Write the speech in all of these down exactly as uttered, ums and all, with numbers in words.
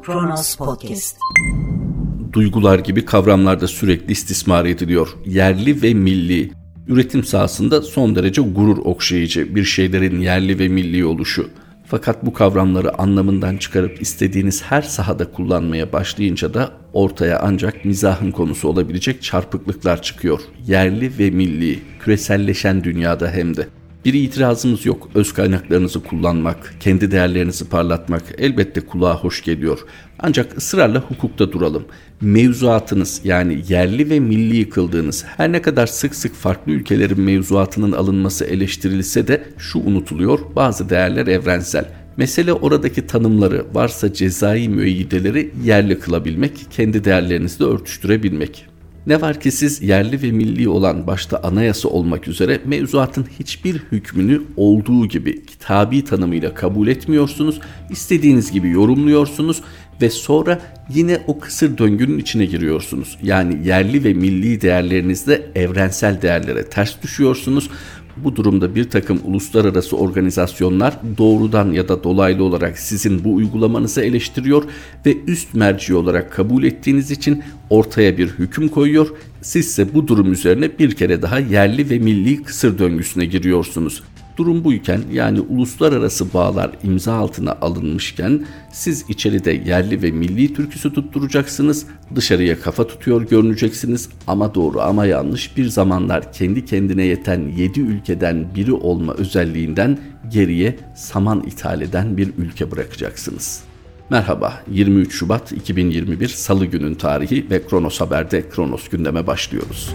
Kronos Podcast. Duygular gibi kavramlar da sürekli istismar ediliyor. Yerli ve milli. Üretim sahasında son derece gurur okşayıcı bir şeylerin yerli ve milli oluşu. Fakat bu kavramları anlamından çıkarıp istediğiniz her sahada kullanmaya başlayınca da ortaya ancak mizahın konusu olabilecek çarpıklıklar çıkıyor. Yerli ve milli, küreselleşen dünyada hem de. Bir itirazımız yok. Öz kaynaklarınızı kullanmak, kendi değerlerinizi parlatmak elbette kulağa hoş geliyor. Ancak ısrarla hukukta duralım. Mevzuatınız, yani yerli ve milli kıldığınız her ne kadar sık sık farklı ülkelerin mevzuatının alınması eleştirilse de şu unutuluyor: bazı değerler evrensel. Mesele oradaki tanımları, varsa cezai müeyyideleri yerli kılabilmek, kendi değerlerinizle örtüştürebilmek. Ne var ki siz yerli ve milli olan başta anayasa olmak üzere mevzuatın hiçbir hükmünü olduğu gibi kitabi tanımıyla kabul etmiyorsunuz, istediğiniz gibi yorumluyorsunuz ve sonra yine o kısır döngünün içine giriyorsunuz. Yani yerli ve milli değerlerinizle evrensel değerlere ters düşüyorsunuz. Bu durumda bir takım uluslararası organizasyonlar doğrudan ya da dolaylı olarak sizin bu uygulamanızı eleştiriyor ve üst merci olarak kabul ettiğiniz için ortaya bir hüküm koyuyor. Sizse bu durum üzerine bir kere daha yerli ve milli kısır döngüsüne giriyorsunuz. Durum buyken, yani uluslararası bağlar imza altına alınmışken siz içeride yerli ve milli türküsü tutturacaksınız, dışarıya kafa tutuyor görüneceksiniz ama doğru ama yanlış bir zamanlar kendi kendine yeten yedi ülkeden biri olma özelliğinden geriye saman ithal eden bir ülke bırakacaksınız. Merhaba, yirmi üç Şubat iki bin yirmi bir Salı günün tarihi ve Kronos Haber'de Kronos gündeme başlıyoruz.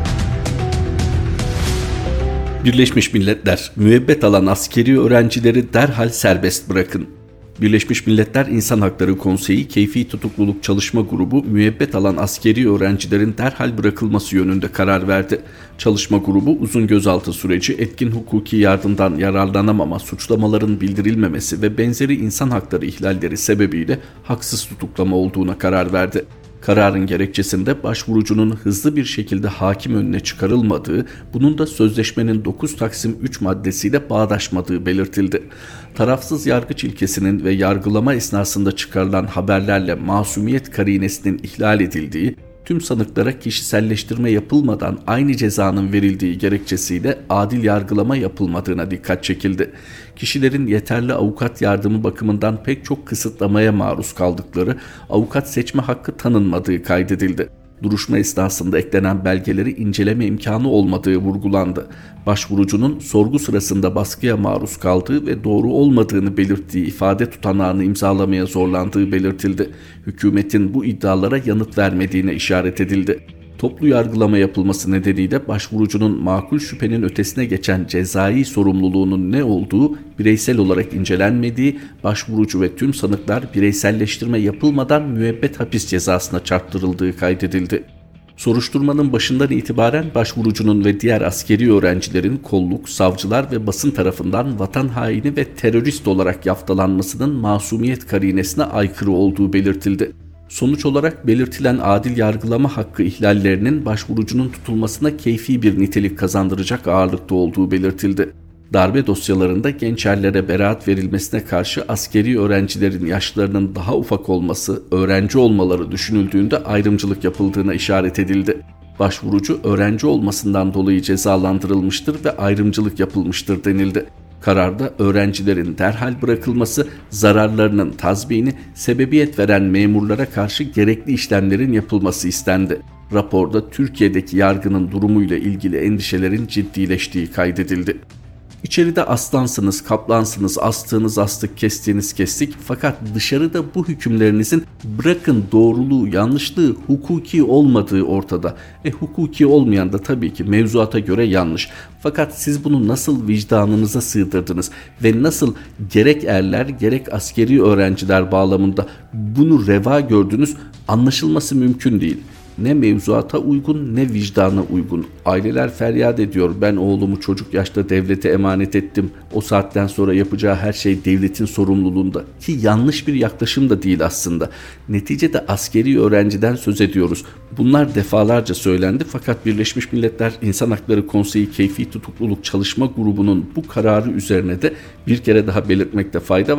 Birleşmiş Milletler, müebbet alan askeri öğrencileri derhal serbest bırakın. Birleşmiş Milletler İnsan Hakları Konseyi Keyfi Tutukluluk Çalışma Grubu, müebbet alan askeri öğrencilerin derhal bırakılması yönünde karar verdi. Çalışma grubu, uzun gözaltı süreci, etkin hukuki yardımdan yararlanamama, suçlamaların bildirilmemesi ve benzeri insan hakları ihlalleri sebebiyle haksız tutuklama olduğuna karar verdi. Kararın gerekçesinde başvurucunun hızlı bir şekilde hakim önüne çıkarılmadığı, bunun da sözleşmenin dokuz Taksim üç maddesiyle bağdaşmadığı belirtildi. Tarafsız yargıç ilkesinin ve yargılama esnasında çıkarılan haberlerle masumiyet karinesinin ihlal edildiği, tüm sanıklara kişiselleştirme yapılmadan aynı cezanın verildiği gerekçesiyle adil yargılama yapılmadığına dikkat çekildi. Kişilerin yeterli avukat yardımı bakımından pek çok kısıtlamaya maruz kaldıkları, avukat seçme hakkı tanınmadığı kaydedildi. Duruşma esnasında eklenen belgeleri inceleme imkanı olmadığı vurgulandı. Başvurucunun sorgu sırasında baskıya maruz kaldığı ve doğru olmadığını belirttiği ifade tutanağını imzalamaya zorlandığı belirtildi. Hükümetin bu iddialara yanıt vermediğine işaret edildi. Toplu yargılama yapılması nedeniyle başvurucunun makul şüphenin ötesine geçen cezai sorumluluğunun ne olduğu bireysel olarak incelenmediği, başvurucu ve tüm sanıklar bireyselleştirme yapılmadan müebbet hapis cezasına çarptırıldığı kaydedildi. Soruşturmanın başından itibaren başvurucunun ve diğer askeri öğrencilerin kolluk, savcılar ve basın tarafından vatan haini ve terörist olarak yaftalanmasının masumiyet karinesine aykırı olduğu belirtildi. Sonuç olarak belirtilen adil yargılama hakkı ihlallerinin başvurucunun tutulmasına keyfi bir nitelik kazandıracak ağırlıkta olduğu belirtildi. Darbe dosyalarında gençerlere beraat verilmesine karşı askeri öğrencilerin yaşlarının daha ufak olması, öğrenci olmaları düşünüldüğünde ayrımcılık yapıldığına işaret edildi. Başvurucu öğrenci olmasından dolayı cezalandırılmıştır ve ayrımcılık yapılmıştır denildi. Kararda öğrencilerin derhal bırakılması, zararlarının tazminini, sebebiyet veren memurlara karşı gerekli işlemlerin yapılması istendi. Raporda Türkiye'deki yargının durumuyla ilgili endişelerin ciddileştiği kaydedildi. İçeride aslansınız, kaplansınız, astığınız astık, kestiğiniz kestik, fakat dışarıda bu hükümlerinizin bırakın doğruluğu, yanlışlığı, hukuki olmadığı ortada. E hukuki olmayan da tabii ki mevzuata göre yanlış. Fakat siz bunu nasıl vicdanınıza sığdırdınız ve nasıl gerek erler gerek askeri öğrenciler bağlamında bunu reva gördünüz, anlaşılması mümkün değil. Ne mevzuata uygun ne vicdana uygun. Aileler feryat ediyor. Ben oğlumu çocuk yaşta devlete emanet ettim. O saatten sonra yapacağı her şey devletin sorumluluğunda. Ki yanlış bir yaklaşım da değil aslında. Neticede askeri öğrenciden söz ediyoruz. Bunlar defalarca söylendi fakat Birleşmiş Milletler İnsan Hakları Konseyi Keyfi Tutukluluk Çalışma Grubu'nun bu kararı üzerine de bir kere daha belirtmekte fayda var.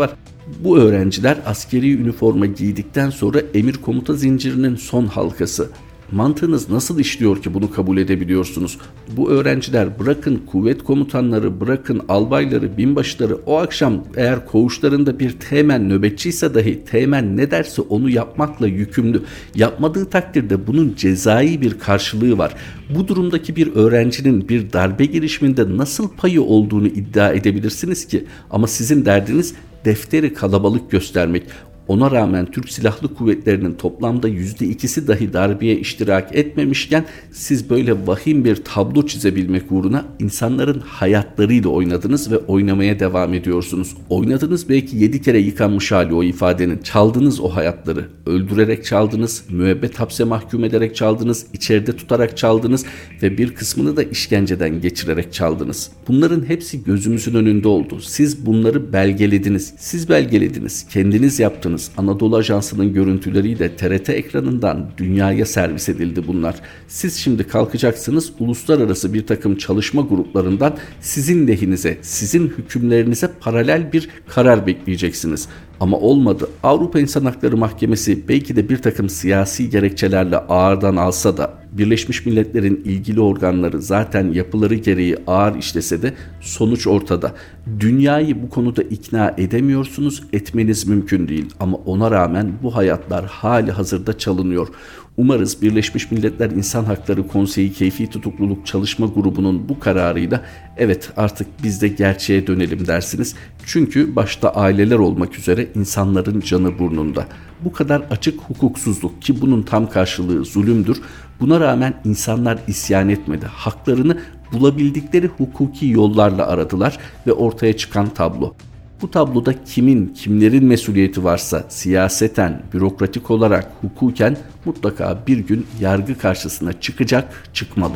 Bu öğrenciler askeri üniforma giydikten sonra emir komuta zincirinin son halkası. Mantığınız nasıl işliyor ki bunu kabul edebiliyorsunuz? Bu öğrenciler bırakın kuvvet komutanları, bırakın albayları, binbaşıları o akşam eğer koğuşlarında bir teğmen nöbetçiyse dahi teğmen ne derse onu yapmakla yükümlü. Yapmadığı takdirde bunun cezai bir karşılığı var. Bu durumdaki bir öğrencinin bir darbe girişiminde nasıl payı olduğunu iddia edebilirsiniz ki? Ama sizin derdiniz defteri kalabalık göstermek. Ona rağmen Türk Silahlı Kuvvetleri'nin toplamda yüzde ikisi dahi darbeye iştirak etmemişken siz böyle vahim bir tablo çizebilmek uğruna insanların hayatlarıyla oynadınız ve oynamaya devam ediyorsunuz. Oynadınız belki yedi kere yıkanmış hali o ifadenin. Çaldınız o hayatları. Öldürerek çaldınız, müebbet hapse mahkum ederek çaldınız, içeride tutarak çaldınız ve bir kısmını da işkenceden geçirerek çaldınız. Bunların hepsi gözümüzün önünde oldu. Siz bunları belgelediniz. Siz belgelediniz. Kendiniz yaptınız. Anadolu Ajansı'nın görüntüleriyle T R T ekranından dünyaya servis edildi bunlar. Siz şimdi kalkacaksınız uluslararası bir takım çalışma gruplarından sizin lehinize, sizin hükümlerinize paralel bir karar bekleyeceksiniz. Ama olmadı. Avrupa İnsan Hakları Mahkemesi belki de bir takım siyasi gerekçelerle ağırdan alsa da Birleşmiş Milletler'in ilgili organları zaten yapıları gereği ağır işlese de sonuç ortada. Dünyayı bu konuda ikna edemiyorsunuz, etmeniz mümkün değil. Ama ona rağmen bu hayatlar hali hazırda çalınıyor. Umarız Birleşmiş Milletler İnsan Hakları Konseyi Keyfi Tutukluluk Çalışma Grubu'nun bu kararıyla evet artık biz de gerçeğe dönelim dersiniz. Çünkü başta aileler olmak üzere insanların canı burnunda. Bu kadar açık hukuksuzluk ki bunun tam karşılığı zulümdür. Buna rağmen insanlar isyan etmedi. Haklarını bulabildikleri hukuki yollarla aradılar ve ortaya çıkan tablo. Bu tabloda kimin, kimlerin mesuliyeti varsa siyaseten, bürokratik olarak, hukuken mutlaka bir gün yargı karşısına çıkacak, çıkmalı.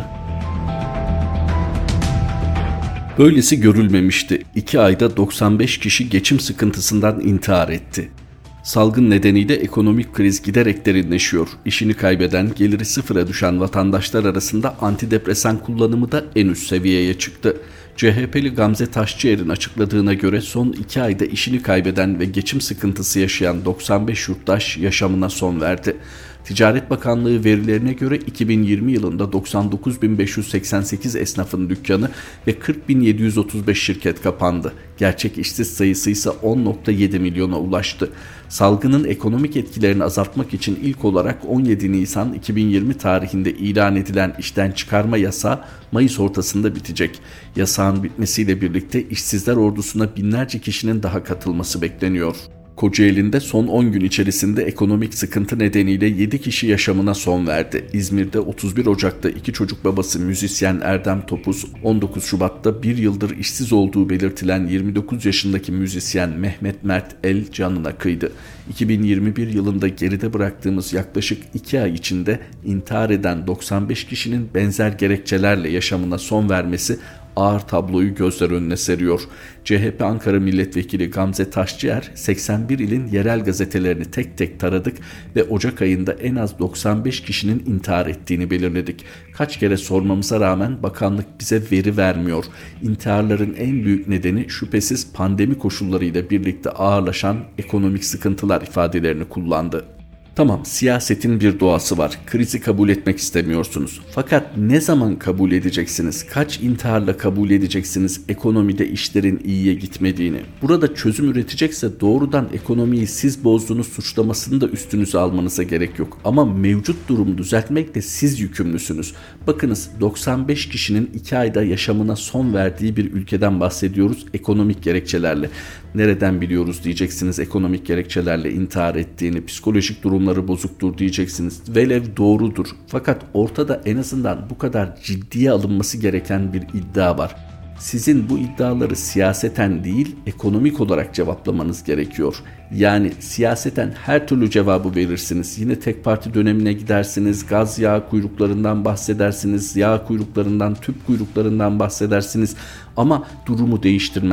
Böylesi görülmemişti. İki ayda doksan beş kişi geçim sıkıntısından intihar etti. Salgın nedeniyle ekonomik kriz giderek derinleşiyor. İşini kaybeden, geliri sıfıra düşen vatandaşlar arasında antidepresan kullanımı da en üst seviyeye çıktı. C H P'li Gamze Taşçıer'in açıkladığına göre son iki ayda işini kaybeden ve geçim sıkıntısı yaşayan doksan beş yurttaş yaşamına son verdi. Ticaret Bakanlığı verilerine göre iki bin yirmi yılında doksan dokuz bin beş yüz seksen sekiz esnafın dükkanı ve kırk bin yedi yüz otuz beş şirket kapandı. Gerçek işsiz sayısı ise on virgül yedi milyona ulaştı. Salgının ekonomik etkilerini azaltmak için ilk olarak on yedi Nisan iki bin yirmi tarihinde ilan edilen işten çıkarma yasağı Mayıs ortasında bitecek. Yasağın bitmesiyle birlikte işsizler ordusuna binlerce kişinin daha katılması bekleniyor. Kocaeli'nde son on gün içerisinde ekonomik sıkıntı nedeniyle yedi kişi yaşamına son verdi. İzmir'de otuz bir Ocak'ta iki çocuk babası müzisyen Erdem Topuz, on dokuz Şubat'ta bir yıldır işsiz olduğu belirtilen yirmi dokuz yaşındaki müzisyen Mehmet Mert El canına kıydı. iki bin yirmi bir yılında geride bıraktığımız yaklaşık iki ay içinde intihar eden doksan beş kişinin benzer gerekçelerle yaşamına son vermesi ağır tabloyu gözler önüne seriyor. C H P Ankara Milletvekili Gamze Taşçıer, seksen bir ilin yerel gazetelerini tek tek taradık ve Ocak ayında en az doksan beş kişinin intihar ettiğini belirledik. Kaç kere sormamıza rağmen bakanlık bize veri vermiyor. İntiharların en büyük nedeni şüphesiz pandemi koşullarıyla birlikte ağırlaşan ekonomik sıkıntılar ifadelerini kullandı. Tamam, siyasetin bir doğası var. Krizi kabul etmek istemiyorsunuz. Fakat ne zaman kabul edeceksiniz? Kaç intiharla kabul edeceksiniz ekonomide işlerin iyiye gitmediğini? Burada çözüm üretecekse doğrudan ekonomiyi siz bozdunuz suçlamasını da üstünüze almanıza gerek yok. Ama mevcut durumu düzeltmekle siz yükümlüsünüz. Bakınız, doksan beş kişinin iki ayda yaşamına son verdiği bir ülkeden bahsediyoruz ekonomik gerekçelerle. Nereden biliyoruz diyeceksiniz ekonomik gerekçelerle intihar ettiğini, psikolojik durumları bozuktur diyeceksiniz. Velev doğrudur. Fakat ortada en azından bu kadar ciddiye alınması gereken bir iddia var. Sizin bu iddiaları siyaseten değil, ekonomik olarak cevaplamanız gerekiyor. Yani siyaseten her türlü cevabı verirsiniz. Yine tek parti dönemine gidersiniz, gaz yağ kuyruklarından bahsedersiniz, yağ kuyruklarından, tüp kuyruklarından bahsedersiniz. Ama durumu değiştirmez.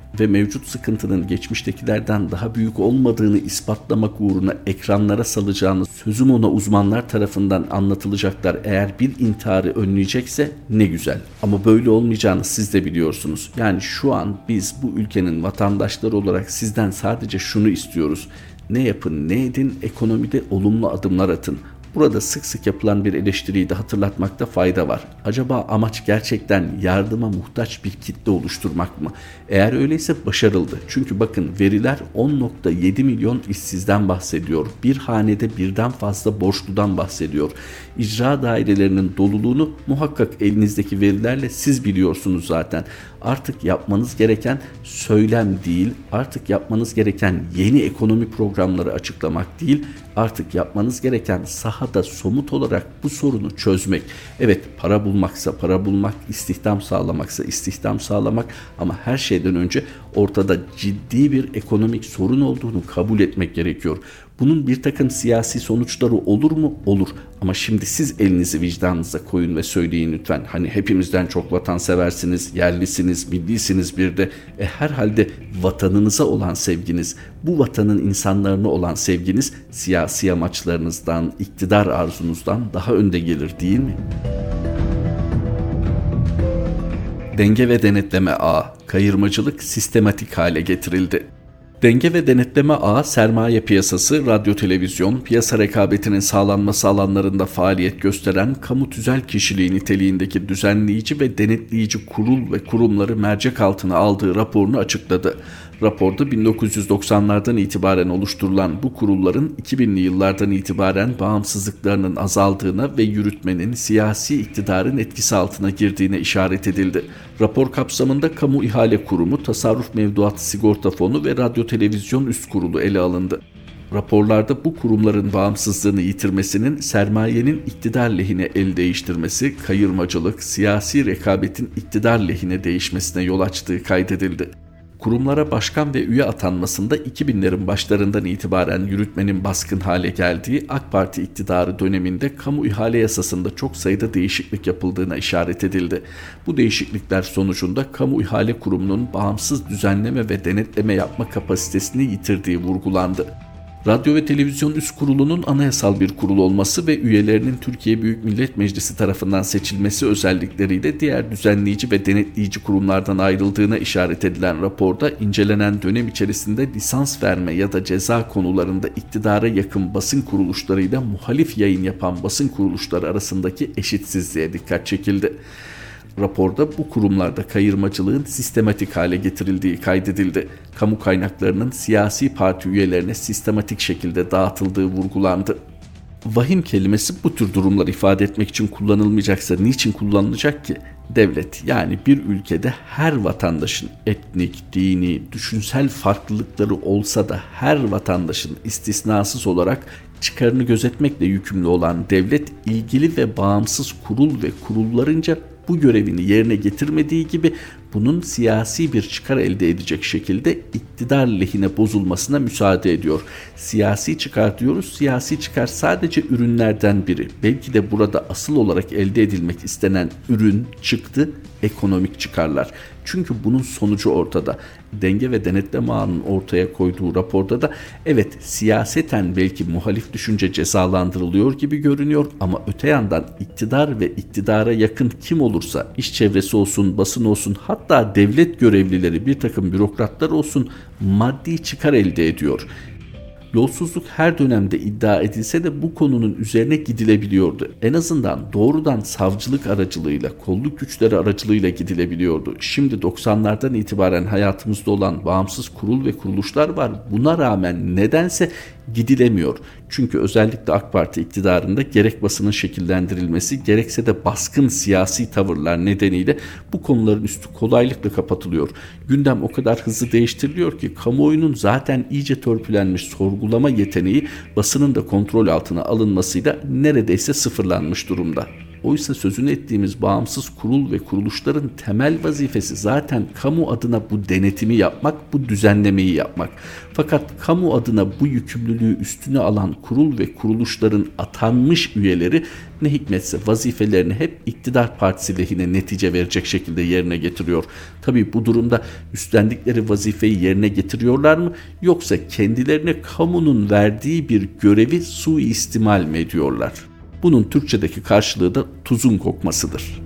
ve mevcut sıkıntının geçmiştekilerden daha büyük olmadığını ispatlamak uğruna ekranlara salacağınız sözüm ona uzmanlar tarafından anlatılacaklar eğer bir intiharı önleyecekse ne güzel. Ama böyle olmayacağını siz de biliyorsunuz. Yani şu an biz bu ülkenin vatandaşları olarak sizden sadece şunu istiyoruz. Ne yapın ne edin, ekonomide olumlu adımlar atın. Burada sık sık yapılan bir eleştiriyi de hatırlatmakta fayda var. Acaba amaç gerçekten yardıma muhtaç bir kitle oluşturmak mı? Eğer öyleyse başarıldı. Çünkü bakın veriler on nokta yedi milyon işsizden bahsediyor. Bir hanede birden fazla borçludan bahsediyor. İcra dairelerinin doluluğunu muhakkak elinizdeki verilerle siz biliyorsunuz zaten. Artık yapmanız gereken söylem değil, artık yapmanız gereken yeni ekonomi programları açıklamak değil, artık yapmanız gereken sahada somut olarak bu sorunu çözmek. Evet, para bulmaksa para bulmak, istihdam sağlamaksa istihdam sağlamak ama her şeyden önce ortada ciddi bir ekonomik sorun olduğunu kabul etmek gerekiyor. Bunun bir takım siyasi sonuçları olur mu? Olur. Ama şimdi siz elinizi vicdanınıza koyun ve söyleyin lütfen. Hani hepimizden çok vatanseversiniz, yerlisiniz, millisiniz bir de. E herhalde vatanınıza olan sevginiz, bu vatanın insanlarına olan sevginiz siyasi amaçlarınızdan, iktidar arzunuzdan daha önde gelir değil mi? Denge ve denetleme ağı, kayırmacılık sistematik hale getirildi. Denge ve denetleme ağı, sermaye piyasası, radyo televizyon, piyasa rekabetinin sağlanması alanlarında faaliyet gösteren kamu tüzel kişiliği niteliğindeki düzenleyici ve denetleyici kurul ve kurumları mercek altına aldığı raporunu açıkladı. Raporda bin dokuz yüz doksanlardan itibaren oluşturulan bu kurulların iki binli yıllardan itibaren bağımsızlıklarının azaldığına ve yürütmenin siyasi iktidarın etkisi altına girdiğine işaret edildi. Rapor kapsamında Kamu İhale Kurumu, Tasarruf Mevduatı Sigorta Fonu ve Radyo Televizyon Üst Kurulu ele alındı. Raporlarda bu kurumların bağımsızlığını yitirmesinin sermayenin iktidar lehine el değiştirmesi, kayırmacılık, siyasi rekabetin iktidar lehine değişmesine yol açtığı kaydedildi. Kurumlara başkan ve üye atanmasında iki binlerin başlarından itibaren yürütmenin baskın hale geldiği AK Parti iktidarı döneminde kamu ihale yasasında çok sayıda değişiklik yapıldığına işaret edildi. Bu değişiklikler sonucunda kamu ihale kurumunun bağımsız düzenleme ve denetleme yapma kapasitesini yitirdiği vurgulandı. Radyo ve Televizyon Üst Kurulu'nun anayasal bir kurul olması ve üyelerinin Türkiye Büyük Millet Meclisi tarafından seçilmesi özellikleriyle diğer düzenleyici ve denetleyici kurumlardan ayrıldığına işaret edilen raporda incelenen dönem içerisinde lisans verme ya da ceza konularında iktidara yakın basın kuruluşlarıyla muhalif yayın yapan basın kuruluşları arasındaki eşitsizliğe dikkat çekildi. Raporda bu kurumlarda kayırmacılığın sistematik hale getirildiği kaydedildi. Kamu kaynaklarının siyasi parti üyelerine sistematik şekilde dağıtıldığı vurgulandı. Vahim kelimesi bu tür durumlar ifade etmek için kullanılmayacaksa niçin kullanılacak ki? Devlet, yani bir ülkede her vatandaşın etnik, dini, düşünsel farklılıkları olsa da her vatandaşın istisnasız olarak çıkarını gözetmekle yükümlü olan devlet, ilgili ve bağımsız kurul ve kurullarınca bu görevini yerine getirmediği gibi bunun siyasi bir çıkar elde edecek şekilde iktidar lehine bozulmasına müsaade ediyor. Siyasi çıkar diyoruz, siyasi çıkar sadece ürünlerden biri. Belki de burada asıl olarak elde edilmek istenen ürün, çıktı, ekonomik çıkarlar. Çünkü bunun sonucu ortada. Denge ve denetleme ağının ortaya koyduğu raporda da evet siyaseten belki muhalif düşünce cezalandırılıyor gibi görünüyor ama öte yandan iktidar ve iktidara yakın kim olursa, iş çevresi olsun, basın olsun, hatta devlet görevlileri, bir takım bürokratlar olsun maddi çıkar elde ediyor. Yolsuzluk her dönemde iddia edilse de bu konunun üzerine gidilebiliyordu. En azından doğrudan savcılık aracılığıyla, kolluk güçleri aracılığıyla gidilebiliyordu. Şimdi doksanlardan itibaren hayatımızda olan bağımsız kurul ve kuruluşlar var. Buna rağmen nedense gidilemiyor. Çünkü özellikle AK Parti iktidarında gerek basının şekillendirilmesi gerekse de baskın siyasi tavırlar nedeniyle bu konuların üstü kolaylıkla kapatılıyor. Gündem o kadar hızlı değiştiriliyor ki kamuoyunun zaten iyice törpülenmiş sorgulama yeteneği basının da kontrol altına alınmasıyla neredeyse sıfırlanmış durumda. Oysa sözünü ettiğimiz bağımsız kurul ve kuruluşların temel vazifesi zaten kamu adına bu denetimi yapmak, bu düzenlemeyi yapmak. Fakat kamu adına bu yükümlülüğü üstüne alan kurul ve kuruluşların atanmış üyeleri ne hikmetse vazifelerini hep iktidar partisi lehine netice verecek şekilde yerine getiriyor. Tabii bu durumda üstlendikleri vazifeyi yerine getiriyorlar mı, yoksa kendilerine kamunun verdiği bir görevi suistimal mi ediyorlar? Bunun Türkçedeki karşılığı da tuzun kokmasıdır.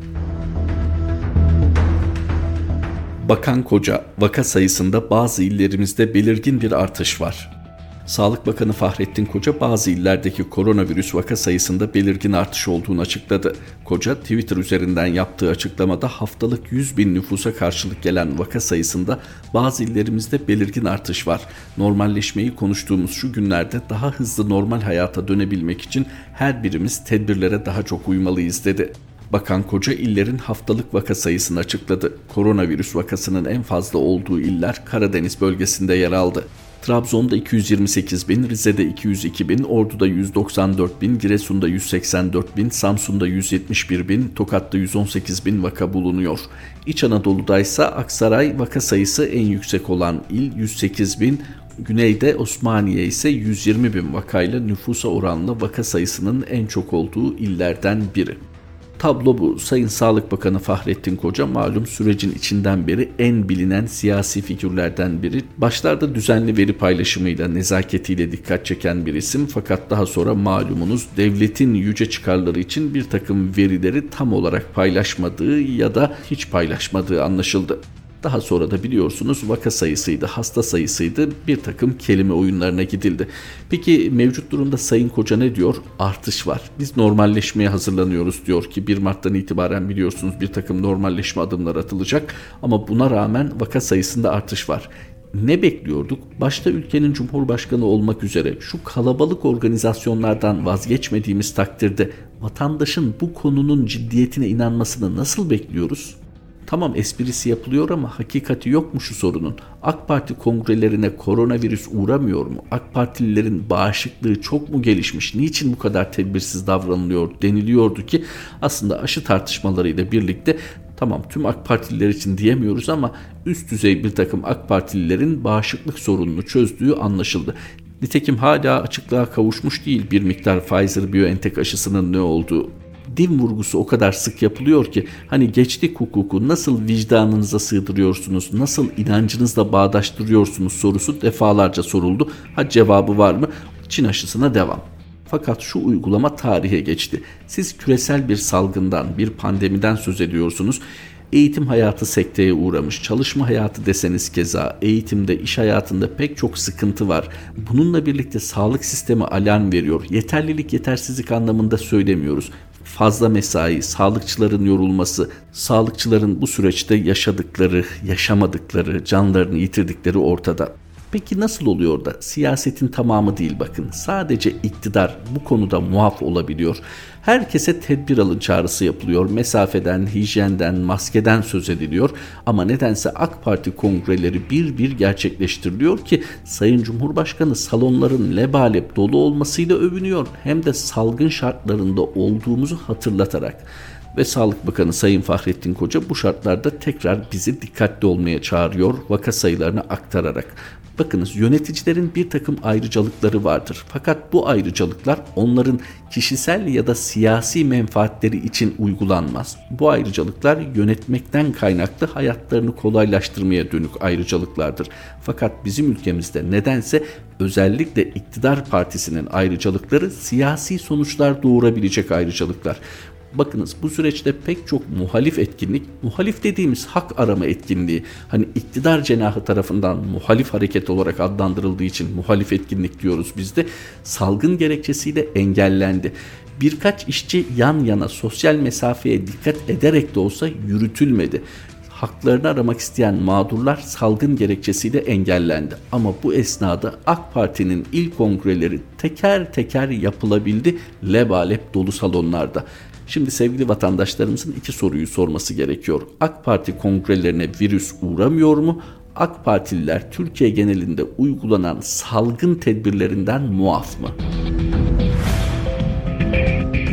Bakan Koca, vaka sayısında bazı illerimizde belirgin bir artış var. Sağlık Bakanı Fahrettin Koca bazı illerdeki koronavirüs vaka sayısında belirgin artış olduğunu açıkladı. Koca Twitter üzerinden yaptığı açıklamada haftalık yüz bin nüfusa karşılık gelen vaka sayısında bazı illerimizde belirgin artış var. Normalleşmeyi konuştuğumuz şu günlerde daha hızlı normal hayata dönebilmek için her birimiz tedbirlere daha çok uymalıyız dedi. Bakan Koca illerin haftalık vaka sayısını açıkladı. Koronavirüs vakasının en fazla olduğu iller Karadeniz bölgesinde yer aldı. Trabzon'da iki yüz yirmi sekiz bin, Rize'de iki yüz iki bin, Ordu'da yüz doksan dört bin, Giresun'da yüz seksen dört bin, Samsun'da yüz yetmiş bir bin, Tokat'ta yüz on sekiz bin vaka bulunuyor. İç Anadolu'da ise Aksaray vaka sayısı en yüksek olan il yüz sekiz bin, Güneyde Osmaniye ise yüz yirmi bin vakayla nüfusa oranla vaka sayısının en çok olduğu illerden biri. Tablo bu. Sayın Sağlık Bakanı Fahrettin Koca malum sürecin içinden beri en bilinen siyasi figürlerden biri. Başlarda düzenli veri paylaşımıyla, nezaketiyle dikkat çeken bir isim, fakat daha sonra malumunuz devletin yüce çıkarları için bir takım verileri tam olarak paylaşmadığı ya da hiç paylaşmadığı anlaşıldı. Daha sonra da biliyorsunuz vaka sayısıydı, hasta sayısıydı, bir takım kelime oyunlarına gidildi. Peki mevcut durumda Sayın Koca ne diyor? Artış var. Biz normalleşmeye hazırlanıyoruz diyor ki bir Mart'tan itibaren biliyorsunuz bir takım normalleşme adımları atılacak ama buna rağmen vaka sayısında artış var. Ne bekliyorduk? Başta ülkenin Cumhurbaşkanı olmak üzere şu kalabalık organizasyonlardan vazgeçmediğimiz takdirde vatandaşın bu konunun ciddiyetine inanmasını nasıl bekliyoruz? Tamam, esprisi yapılıyor ama hakikati yok mu şu sorunun? AK Parti kongrelerine koronavirüs uğramıyor mu? AK Partililerin bağışıklığı çok mu gelişmiş? Niçin bu kadar tedbirsiz davranılıyor deniliyordu ki aslında aşı tartışmalarıyla birlikte tamam tüm AK Partililer için diyemiyoruz ama üst düzey bir takım AK Partililerin bağışıklık sorununu çözdüğü anlaşıldı. Nitekim hala açıklığa kavuşmuş değil bir miktar Pfizer-BioNTech aşısının ne olduğu. Din vurgusu o kadar sık yapılıyor ki hani geçtik hukuku nasıl vicdanınıza sığdırıyorsunuz, nasıl inancınızla bağdaştırıyorsunuz sorusu defalarca soruldu. Ha cevabı var mı? Çin aşısına devam. Fakat şu uygulama tarihe geçti. Siz küresel bir salgından, bir pandemiden söz ediyorsunuz. Eğitim hayatı sekteye uğramış, çalışma hayatı deseniz keza, eğitimde, iş hayatında pek çok sıkıntı var. Bununla birlikte sağlık sistemi alarm veriyor. Yeterlilik, yetersizlik anlamında söylemiyoruz. Fazla mesai, sağlıkçıların yorulması, sağlıkçıların bu süreçte yaşadıkları, yaşamadıkları, canlarını yitirdikleri ortada. Peki nasıl oluyor da siyasetin tamamı değil bakın sadece iktidar bu konuda muaf olabiliyor. Herkese tedbir alın çağrısı yapılıyor. Mesafeden, hijyenden, maskeden söz ediliyor. Ama nedense AK Parti kongreleri bir bir gerçekleştiriliyor ki Sayın Cumhurbaşkanı salonların lebalep dolu olmasıyla övünüyor. Hem de salgın şartlarında olduğumuzu hatırlatarak. Ve Sağlık Bakanı Sayın Fahrettin Koca bu şartlarda tekrar bizi dikkatli olmaya çağırıyor vaka sayılarını aktararak. Bakınız yöneticilerin bir takım ayrıcalıkları vardır. Fakat bu ayrıcalıklar onların kişisel ya da siyasi menfaatleri için uygulanmaz. Bu ayrıcalıklar yönetmekten kaynaklı hayatlarını kolaylaştırmaya dönük ayrıcalıklardır. Fakat bizim ülkemizde nedense özellikle iktidar partisinin ayrıcalıkları siyasi sonuçlar doğurabilecek ayrıcalıklar. Bakınız bu süreçte pek çok muhalif etkinlik, muhalif dediğimiz hak arama etkinliği, hani iktidar cenahı tarafından muhalif hareket olarak adlandırıldığı için muhalif etkinlik diyoruz biz de, salgın gerekçesiyle engellendi. Birkaç işçi yan yana sosyal mesafeye dikkat ederek de olsa yürütülmedi. Haklarını aramak isteyen mağdurlar salgın gerekçesiyle engellendi. Ama bu esnada AK Parti'nin il kongreleri teker teker yapılabildi lebalep dolu salonlarda. Şimdi sevgili vatandaşlarımızın iki soruyu sorması gerekiyor. AK Parti kongrelerine virüs uğramıyor mu? AK Partililer Türkiye genelinde uygulanan salgın tedbirlerinden muaf mı?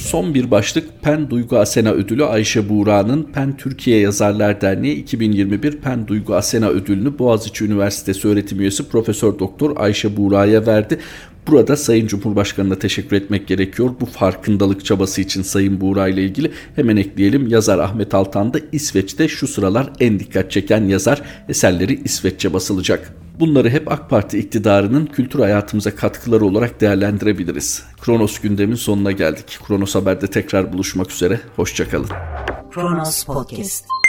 Son bir başlık Pen Duygu Asena Ödülü. Ayşe Buğra'nın Pen Türkiye Yazarlar Derneği iki bin yirmi bir Pen Duygu Asena Ödülünü Boğaziçi Üniversitesi öğretim üyesi Profesör Doktor Ayşe Buğra'ya verdi. Burada Sayın Cumhurbaşkanı'na teşekkür etmek gerekiyor. Bu farkındalık çabası için Sayın Buğra ile ilgili hemen ekleyelim. Yazar Ahmet Altan da İsveç'te şu sıralar en dikkat çeken yazar. Eserleri İsveççe basılacak. Bunları hep AK Parti iktidarının kültür hayatımıza katkıları olarak değerlendirebiliriz. Kronos gündemin sonuna geldik. Kronos Haber'de tekrar buluşmak üzere. Hoşça kalın. Kronos Podcast.